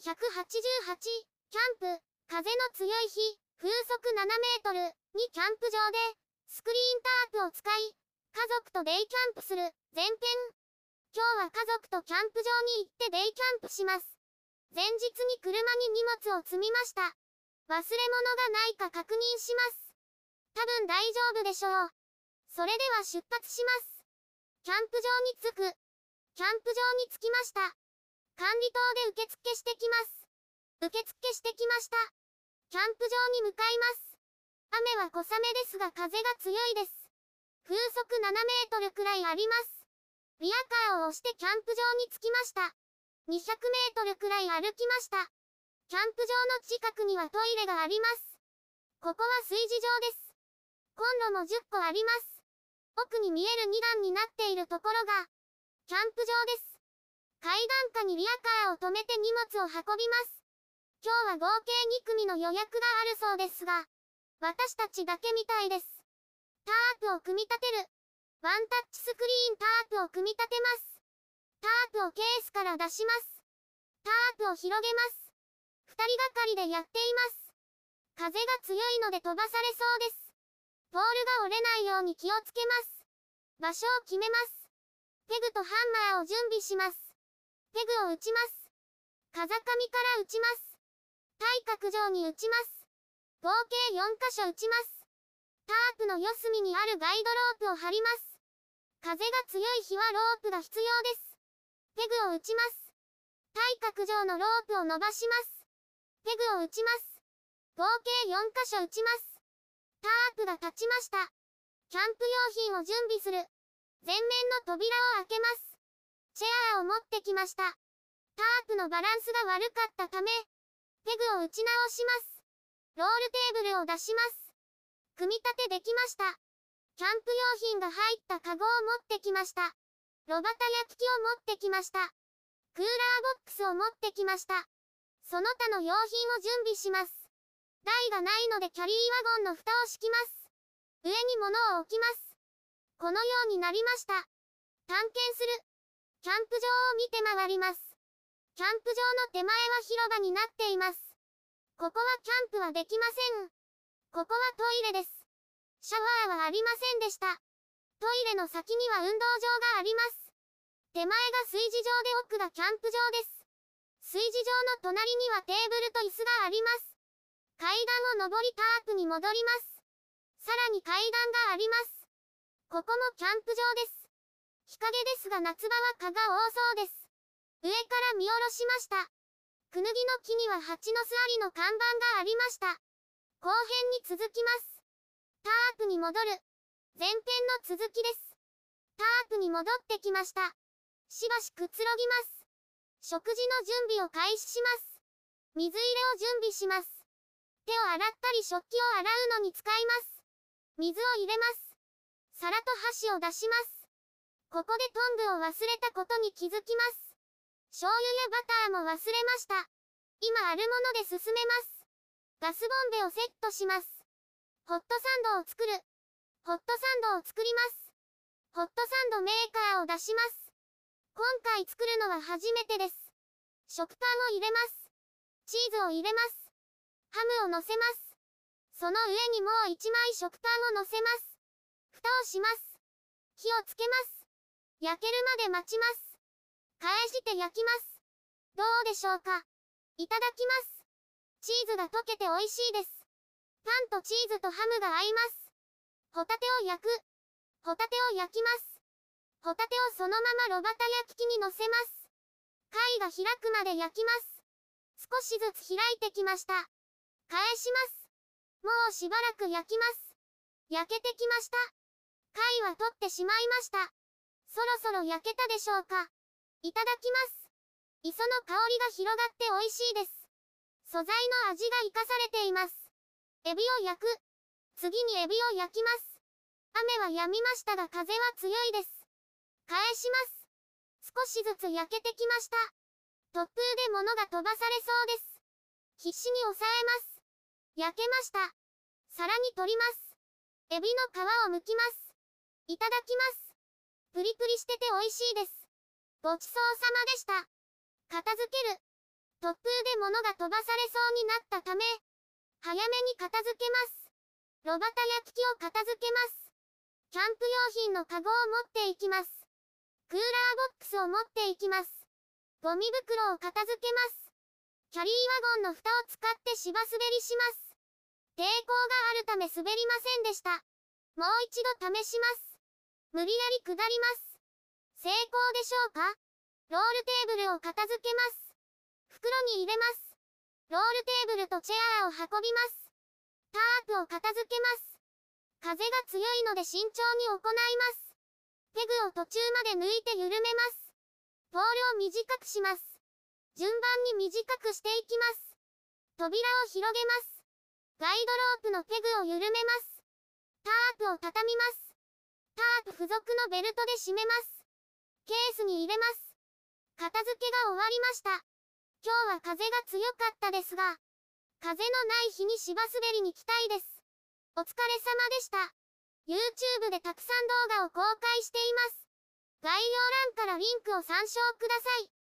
188、キャンプ、風の強い日、風速7メートルにキャンプ場で、スクリーンタープを使い、家族とデイキャンプする、前編。今日は家族とキャンプ場に行ってデイキャンプします。前日に車に荷物を積みました。忘れ物がないか確認します。多分大丈夫でしょう。それでは出発します。キャンプ場に着く。キャンプ場に着きました。管理棟で受付してきます。受付してきました。キャンプ場に向かいます。雨は小雨ですが風が強いです。風速7メートルくらいあります。リアカーを押してキャンプ場に着きました。200メートルくらい歩きました。キャンプ場の近くにはトイレがあります。ここは炊事場です。コンロも10個あります。奥に見える2段になっているところが、キャンプ場です。階段下にリアカーを止めて荷物を運びます。今日は合計2組の予約があるそうですが、私たちだけみたいです。タープを組み立てる。ワンタッチスクリーンタープを組み立てます。タープをケースから出します。タープを広げます。2人がかりでやっています。風が強いので飛ばされそうです。ポールが折れないように気をつけます。場所を決めます。ペグとハンマーを準備します。ペグを打ちます。風上から打ちます。対角上に打ちます。合計4箇所打ちます。タープの四隅にあるガイドロープを張ります。風が強い日はロープが必要です。ペグを打ちます。対角上のロープを伸ばします。ペグを打ちます。合計4箇所打ちます。タープが立ちました。キャンプ用品を準備する。前面の扉を開けます。チェアーを持ってきました。タープのバランスが悪かったため、ペグを打ち直します。ロールテーブルを出します。組み立てできました。キャンプ用品が入ったカゴを持ってきました。炉端焼き器を持ってきました。クーラーボックスを持ってきました。その他の用品を準備します。台がないのでキャリーワゴンの蓋を敷きます。上に物を置きます。このようになりました。探検する。キャンプ場を見て回ります。キャンプ場の手前は広場になっています。ここはキャンプはできません。ここはトイレです。シャワーはありませんでした。トイレの先には運動場があります。手前が炊事場で奥がキャンプ場です。炊事場の隣にはテーブルと椅子があります。階段を上りタープに戻ります。さらに階段があります。ここもキャンプ場です。日陰ですが夏場は蚊が多そうです。上から見下ろしました。クヌギの木には蜂の巣ありの看板がありました。後編に続きます。タープに戻る。前編の続きです。タープに戻ってきました。しばしくつろぎます。食事の準備を開始します。水入れを準備します。手を洗ったり食器を洗うのに使います。水を入れます。皿と箸を出します。ここでトングを忘れたことに気づきます。醤油やバターも忘れました。今あるもので進めます。ガスボンベをセットします。ホットサンドを作る。ホットサンドを作ります。ホットサンドメーカーを出します。今回作るのは初めてです。食パンを入れます。チーズを入れます。ハムを乗せます。その上にもう一枚食パンを乗せます。蓋をします。火をつけます。焼けるまで待ちます。返して焼きます。どうでしょうか。いただきます。チーズが溶けて美味しいです。パンとチーズとハムが合います。ホタテを焼く。ホタテを焼きます。ホタテをそのまま炉端焼き器に乗せます。貝が開くまで焼きます。少しずつ開いてきました。返します。もうしばらく焼きます。焼けてきました。貝は取ってしまいました。そろそろ焼けたでしょうか。いただきます。磯の香りが広がって美味しいです。素材の味が生かされています。エビを焼く。次にエビを焼きます。雨は止みましたが風は強いです。返します。少しずつ焼けてきました。突風で物が飛ばされそうです。必死に抑えます。焼けました。皿に取ります。エビの皮を剥きます。いただきます。プリプリしてて美味しいです。ごちそうさまでした。片付ける。 突風で物が飛ばされそうになったため、早めに片付けます。炉端や機器を片付けます。キャンプ用品のカゴを持っていきます。クーラーボックスを持っていきます。ゴミ袋を片付けます。キャリーワゴンの蓋を使って芝滑りします。抵抗があるため滑りませんでした。もう一度試します。無理やり下ります。成功でしょうか？ロールテーブルを片付けます。袋に入れます。ロールテーブルとチェアーを運びます。タープを片付けます。風が強いので慎重に行います。ペグを途中まで抜いて緩めます。ポールを短くします。順番に短くしていきます。扉を広げます。ガイドロープのペグを緩めます。タープを畳みます。タープ付属のベルトで締めます。ケースに入れます。片付けが終わりました。今日は風が強かったですが、風のない日に芝滑りに来たいです。お疲れ様でした。YouTube でたくさん動画を公開しています。概要欄からリンクを参照ください。